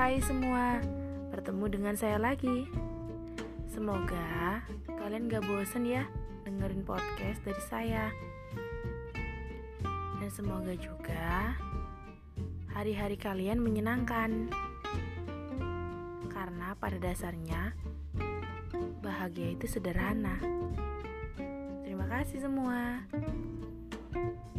Hai semua, bertemu dengan saya lagi. Semoga kalian gak bosen ya dengerin podcast dari saya. Dan semoga juga hari-hari kalian menyenangkan. Karena pada dasarnya bahagia itu sederhana. Terima kasih semua.